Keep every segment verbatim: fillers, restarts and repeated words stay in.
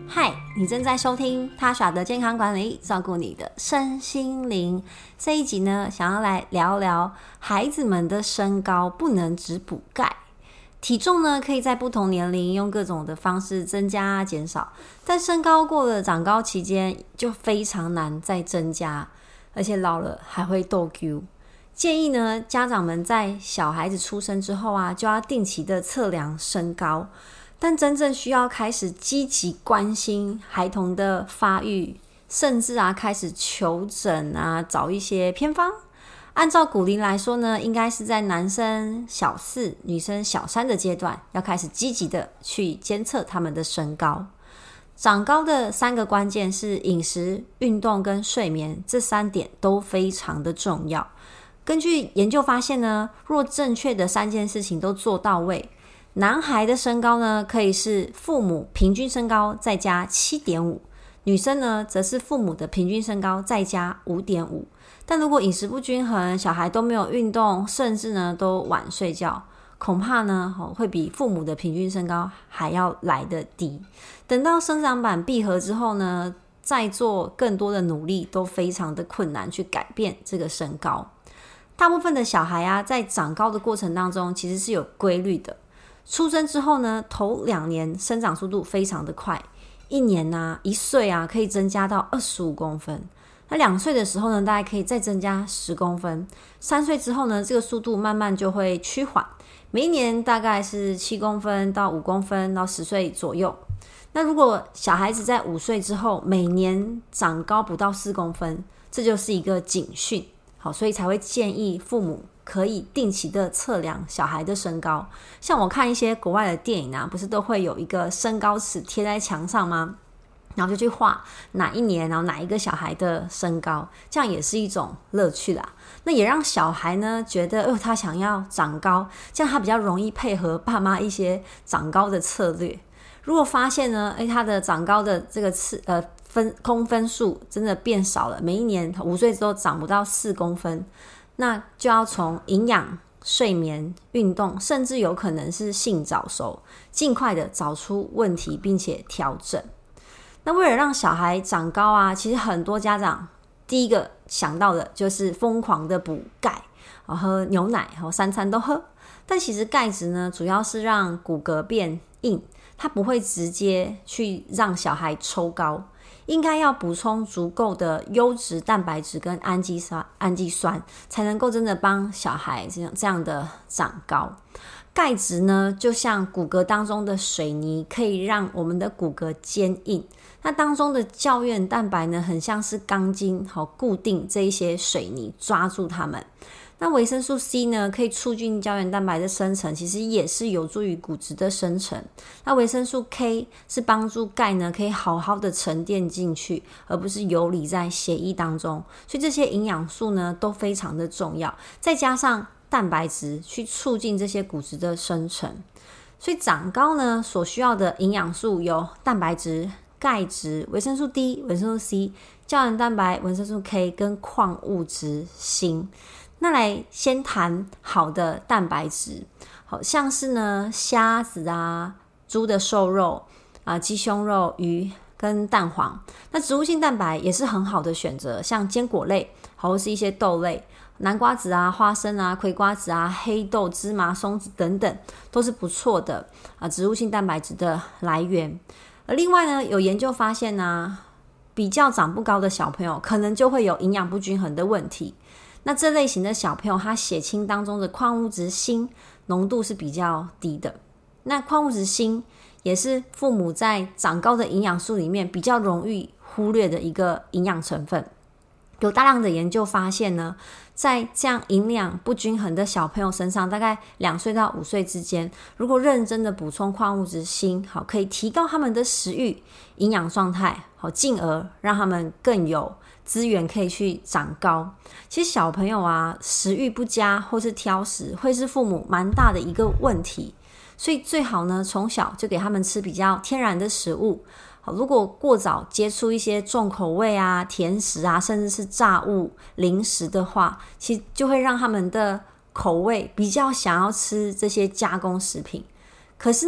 嗨，你正在收听他耍的健康管理，照顾你的身心灵。这一集呢，想要来聊聊孩子们的身高不能只补钙。体重呢，可以在不同年龄用各种的方式增加减少，但身高过了长高期间就非常难再增加，而且老了还会逗丢。建议呢，家长们在小孩子出生之后啊，就要定期的测量身高。但真正需要开始积极关心孩童的发育，甚至啊开始求诊啊，找一些偏方。按照骨龄来说呢，应该是在男生小四、女生小三的阶段，要开始积极的去监测他们的身高。长高的三个关键是饮食、运动跟睡眠，这三点都非常的重要。根据研究发现呢，若正确的三件事情都做到位，男孩的身高呢，可以是父母平均身高再加 七点五， 女生呢，则是父母的平均身高再加 五点五。但如果饮食不均衡，小孩都没有运动，甚至呢都晚睡觉，恐怕呢会比父母的平均身高还要来得低。等到生长板闭合之后呢，再做更多的努力都非常的困难去改变这个身高。大部分的小孩啊，在长高的过程当中其实是有规律的。出生之后呢，头两年生长速度非常的快，一年啊，一岁啊，可以增加到二十五公分。那两岁的时候呢，大概可以再增加十公分。三岁之后呢，这个速度慢慢就会趋缓，每一年大概是七公分到五公分到十岁左右。那如果小孩子在五岁之后，每年长高不到四公分，这就是一个警讯。好，所以才会建议父母可以定期的测量小孩的身高。像我看一些国外的电影啊，不是都会有一个身高尺贴在墙上吗？然后就去画哪一年，然后哪一个小孩的身高，这样也是一种乐趣啦。那也让小孩呢觉得，哦，他想要长高，这样他比较容易配合爸妈一些长高的策略。如果发现呢，诶，他的长高的这个次呃分公分数真的变少了，每一年五岁之后长不到四公分，那就要从营养、睡眠、运动，甚至有可能是性早熟，尽快的找出问题并且调整。那为了让小孩长高啊，其实很多家长第一个想到的就是疯狂的补钙，喝牛奶，三餐都喝。但其实钙质呢，主要是让骨骼变硬，它不会直接去让小孩抽高。应该要补充足够的优质蛋白质跟氨基酸，氨基酸才能够真的帮小孩这样这样的长高。钙质呢，就像骨骼当中的水泥，可以让我们的骨骼坚硬。那当中的胶原蛋白呢，很像是钢筋，好固定这一些水泥，抓住它们。那维生素 C 呢，可以促进胶原蛋白的生成，其实也是有助于骨质的生成。那维生素 K 是帮助钙呢可以好好的沉淀进去，而不是游离在血液当中。所以这些营养素呢都非常的重要，再加上蛋白质去促进这些骨质的生成。所以长高呢所需要的营养素有蛋白质、钙质、维生素 D、维生素 C、胶原蛋白、维生素 K 跟矿物质锌。那来先谈好的蛋白质，好像是呢虾子啊、猪的瘦肉啊、鸡胸肉、鱼跟蛋黄。那植物性蛋白也是很好的选择，像坚果类，或是一些豆类，南瓜子啊、花生啊、葵瓜子啊、黑豆、芝麻、松子等等，都是不错的啊植物性蛋白质的来源。而另外呢，有研究发现啊，比较长不高的小朋友，可能就会有营养不均衡的问题。那这类型的小朋友，他血清当中的矿物质锌浓度是比较低的。那矿物质锌也是父母在长高的营养素里面比较容易忽略的一个营养成分。有大量的研究发现呢，在这样营养不均衡的小朋友身上，大概两岁到五岁之间，如果认真的补充矿物质锌，好，可以提高他们的食欲、营养状态，好，进而让他们更有资源可以去长高。其实小朋友啊，食欲不佳或是挑食，会是父母蛮大的一个问题。所以最好呢，从小就给他们吃比较天然的食物。好，如果过早接触一些重口味啊、甜食啊，甚至是炸物、零食的话，其实就会让他们的口味比较想要吃这些加工食品。可是呢，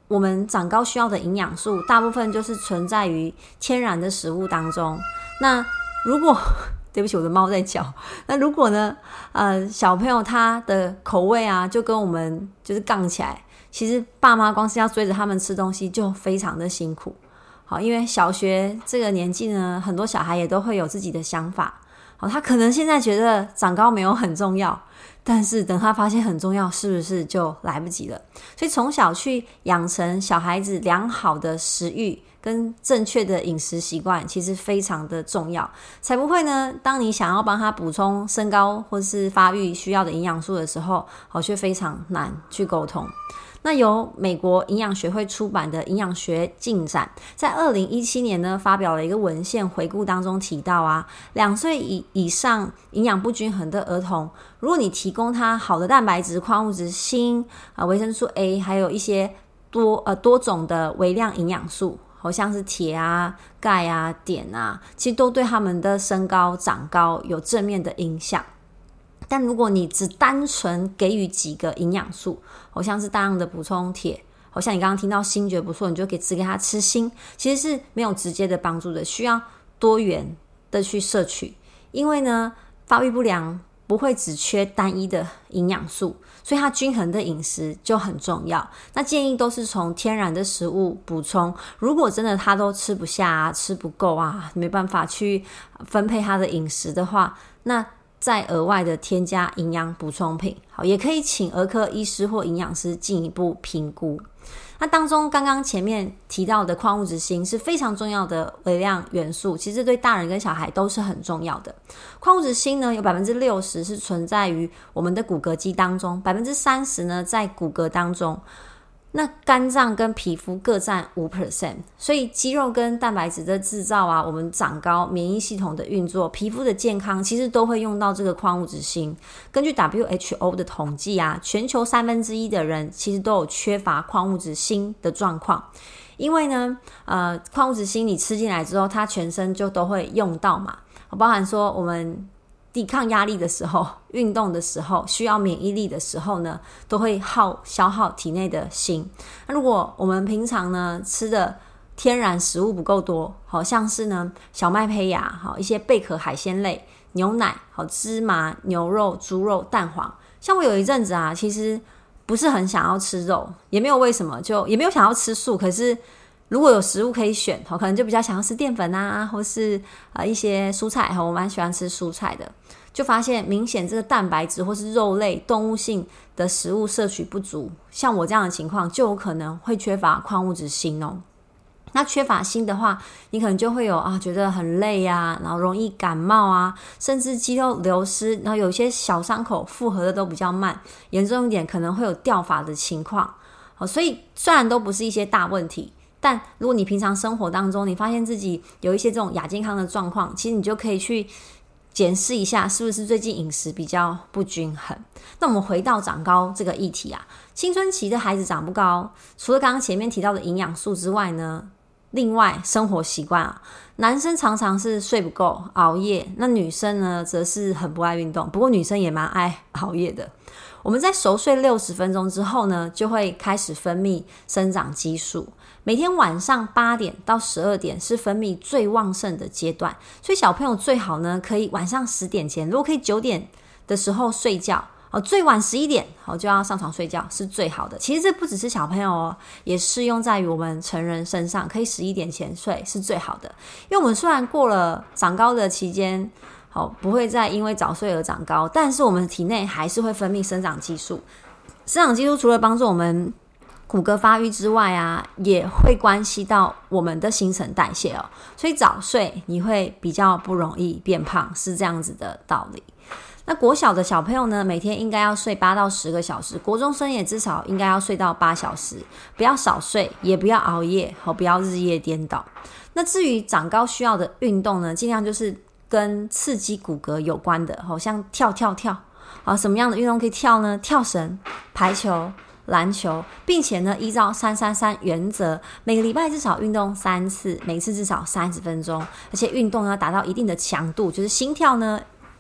我们长高需要的营养素大部分就是存在于天然的食物当中。那如果对不起，我的猫在叫。那如果呢，呃，小朋友他的口味啊，就跟我们就是杠起来，其实爸妈光是要追着他们吃东西就非常的辛苦。好，因为小学这个年纪呢，很多小孩也都会有自己的想法。好，他可能现在觉得长高没有很重要，但是等他发现很重要，是不是就来不及了？所以从小去养成小孩子良好的食欲跟正确的饮食习惯，其实非常的重要，才不会呢，当你想要帮他补充身高或是发育需要的营养素的时候，好，却非常难去沟通。那由美国营养学会出版的营养学进展，在二零一七年呢，发表了一个文献回顾当中提到啊，两岁以以上营养不均衡的儿童，如果你提供他好的蛋白质、矿物质、锌啊、维生素 A， 还有一些多呃多种的微量营养素，好像是铁啊、钙啊、碘啊，其实都对他们的身高、长高有正面的影响。但如果你只单纯给予几个营养素，好像是大量的补充铁，好像你刚刚听到锌觉得不错，你就给只给他吃锌，其实是没有直接的帮助的，需要多元的去摄取。因为呢，发育不良不会只缺单一的营养素，所以它均衡的饮食就很重要。那建议都是从天然的食物补充，如果真的他都吃不下啊，吃不够啊，没办法去分配他的饮食的话，那再额外的添加营养补充品，好，也可以请儿科医师或营养师进一步评估。那当中刚刚前面提到的矿物质锌是非常重要的微量元素，其实对大人跟小孩都是很重要的。矿物质锌呢，有 百分之六十 是存在于我们的骨骼肌当中， 百分之三十 呢在骨骼当中。那肝脏跟皮肤各占 百分之五， 所以肌肉跟蛋白质的制造啊，我们长高、免疫系统的运作、皮肤的健康，其实都会用到这个矿物质锌。根据 W H O 的统计啊，全球三分之一的人其实都有缺乏矿物质锌的状况。因为呢，呃，矿物质锌你吃进来之后，它全身就都会用到嘛，包含说我们抵抗压力的时候、运动的时候、需要免疫力的时候呢，都会耗消耗体内的锌。那如果我们平常呢吃的天然食物不够多，好像是呢小麦胚芽、好一些贝壳海鲜类、牛奶、好芝麻、牛肉、猪肉、蛋黄。像我有一阵子啊，其实不是很想要吃肉，也没有为什么，就也没有想要吃素，可是如果有食物可以选，可能就比较想要吃淀粉啊，或是、呃、一些蔬菜，我蛮喜欢吃蔬菜的，就发现明显这个蛋白质或是肉类动物性的食物摄取不足，像我这样的情况就有可能会缺乏矿物质锌哦。那缺乏锌的话，你可能就会有啊觉得很累啊，然后容易感冒啊，甚至肌肉流失，然后有一些小伤口复合的都比较慢，严重一点可能会有掉发的情况。好，所以虽然都不是一些大问题，但如果你平常生活当中你发现自己有一些这种亚健康的状况，其实你就可以去检视一下是不是最近饮食比较不均衡。那我们回到长高这个议题啊，青春期的孩子长不高，除了刚刚前面提到的营养素之外呢，另外生活习惯啊，男生常常是睡不够熬夜，那女生呢则是很不爱运动，不过女生也蛮爱熬夜的。我们在熟睡六十分钟之后呢，就会开始分泌生长激素，每天晚上八点到十二点是分泌最旺盛的阶段，所以小朋友最好呢可以晚上十点前，如果可以九点的时候睡觉，哦，最晚十一点哦就要上床睡觉是最好的。其实这不只是小朋友哦，也适用在于我们成人身上，可以十一点前睡是最好的。因为我们虽然过了长高的期间，好，不会再因为早睡而长高，但是我们体内还是会分泌生长激素。生长激素除了帮助我们骨骼发育之外啊，也会关系到我们的新陈代谢哦。所以早睡你会比较不容易变胖，是这样子的道理。那国小的小朋友呢，每天应该要睡八到十个小时，国中生也至少应该要睡到八小时，不要少睡，也不要熬夜，不要日夜颠倒。那至于长高需要的运动呢，尽量就是跟刺激骨骼有关的，好像跳跳跳。好，什么样的运动可以跳呢？跳绳、排球、篮球，并且呢依照三三三原则，每个礼拜至少运动三次，每次至少三十分钟，而且运动要达到一定的强度，就是心跳呢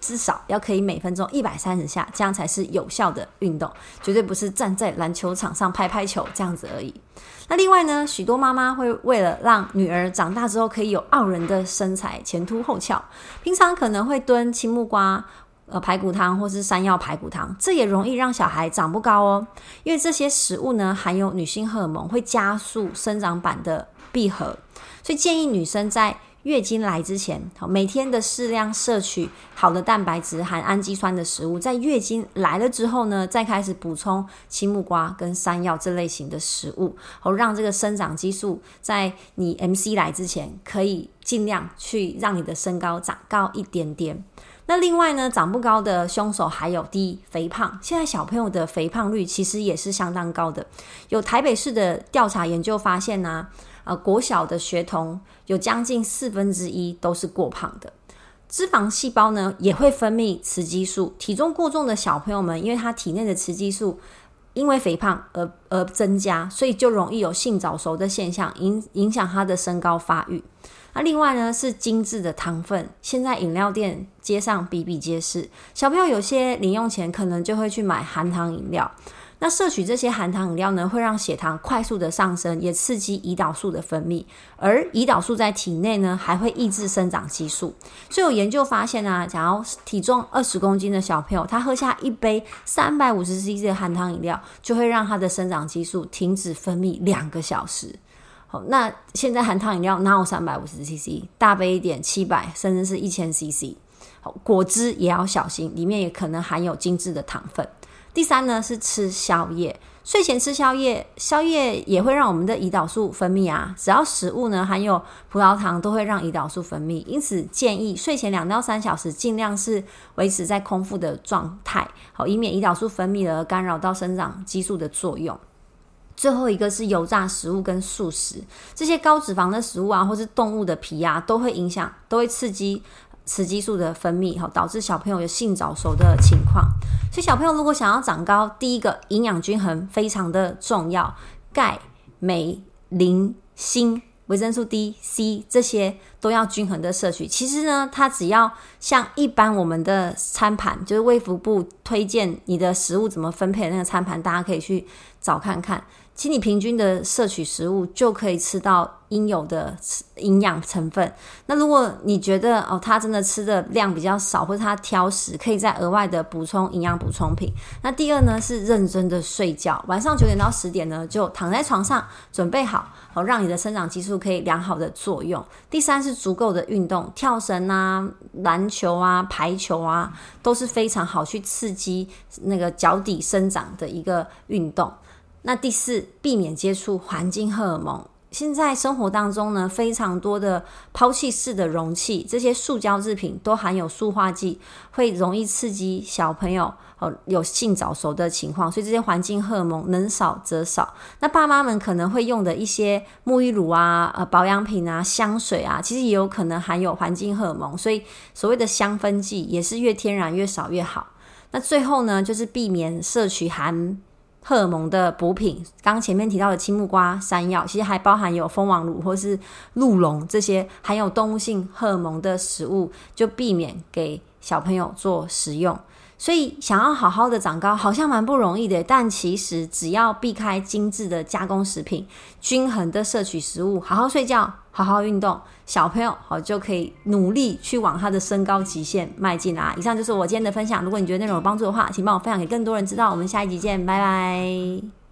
至少要可以每分钟一百三十下，这样才是有效的运动，绝对不是站在篮球场上拍拍球这样子而已。那另外呢，许多妈妈会为了让女儿长大之后可以有傲人的身材，前凸后翘，平常可能会炖青木瓜呃，排骨汤或是山药排骨汤，这也容易让小孩长不高哦。因为这些食物呢含有女性荷尔蒙，会加速生长板的闭合，所以建议女生在月经来之前，每天的适量摄取好的蛋白质含氨基酸的食物，在月经来了之后呢，再开始补充青木瓜跟山药这类型的食物，让这个生长激素在你 M C 来之前可以尽量去让你的身高长高一点点。那另外呢，长不高的凶手还有第一，肥胖。现在小朋友的肥胖率其实也是相当高的，有台北市的调查研究发现啊，呃，国小的学童有将近四分之一都是过胖的。脂肪细胞呢也会分泌雌激素，体重过重的小朋友们，因为他体内的雌激素因为肥胖而而增加，所以就容易有性早熟的现象，影影响他的身高发育。那另外呢是精致的糖分，现在饮料店街上比比皆是，小朋友有些零用钱可能就会去买含糖饮料。那摄取这些含糖饮料呢，会让血糖快速的上升，也刺激胰岛素的分泌，而胰岛素在体内呢还会抑制生长激素。所以有研究发现啊，假如体重二十公斤的小朋友，他喝下一杯三百五十 C C 的含糖饮料，就会让他的生长激素停止分泌两个小时。那现在含糖饮料哪有三百五十 C C， 大杯一点七百甚至是 一千 C C。 果汁也要小心，里面也可能含有精致的糖分。第三呢是吃宵夜，睡前吃宵夜，宵夜也会让我们的胰岛素分泌啊，只要食物呢含有葡萄糖都会让胰岛素分泌，因此建议睡前两到三小时尽量是维持在空腹的状态，好，以免胰岛素分泌而干扰到生长激素的作用。最后一个是油炸食物跟素食，这些高脂肪的食物啊，或是动物的皮啊，都会影响，都会刺激雌激素的分泌，导致小朋友有性早熟的情况。所以小朋友如果想要长高，第一个营养均衡非常的重要，钙、镁、磷、锌、维生素 D、C 这些都要均衡的摄取。其实呢，它只要像一般我们的餐盘，就是卫福部推荐你的食物怎么分配的那个餐盘，大家可以去找看看。其实你平均的摄取食物就可以吃到应有的营养成分。那如果你觉得哦，他真的吃的量比较少，或者他挑食，可以再额外的补充营养补充品。那第二呢是认真的睡觉，晚上九点到十点呢就躺在床上准备好，好让你的生长激素可以良好的作用。第三是足够的运动，跳绳啊、篮球啊、排球啊，都是非常好去刺激那个脚底生长的一个运动。那第四，避免接触环境荷尔蒙。现在生活当中呢，非常多的抛弃式的容器，这些塑胶制品都含有塑化剂，会容易刺激小朋友、哦、有性早熟的情况，所以这些环境荷尔蒙能少则少。那爸妈们可能会用的一些沐浴乳啊、呃、保养品啊、香水啊，其实也有可能含有环境荷尔蒙，所以所谓的香氛剂也是越天然越少越好。那最后呢，就是避免摄取含荷尔蒙的补品，刚刚前面提到的青木瓜、山药，其实还包含有蜂王乳或是鹿茸这些含有动物性荷尔蒙的食物，就避免给小朋友做食用。所以想要好好的长高好像蛮不容易的，但其实只要避开精致的加工食品，均衡的摄取食物，好好睡觉，好好运动，小朋友好就可以努力去往他的身高极限迈进啦。以上就是我今天的分享，如果你觉得内容有帮助的话，请帮我分享给更多人知道。我们下一集见，拜拜。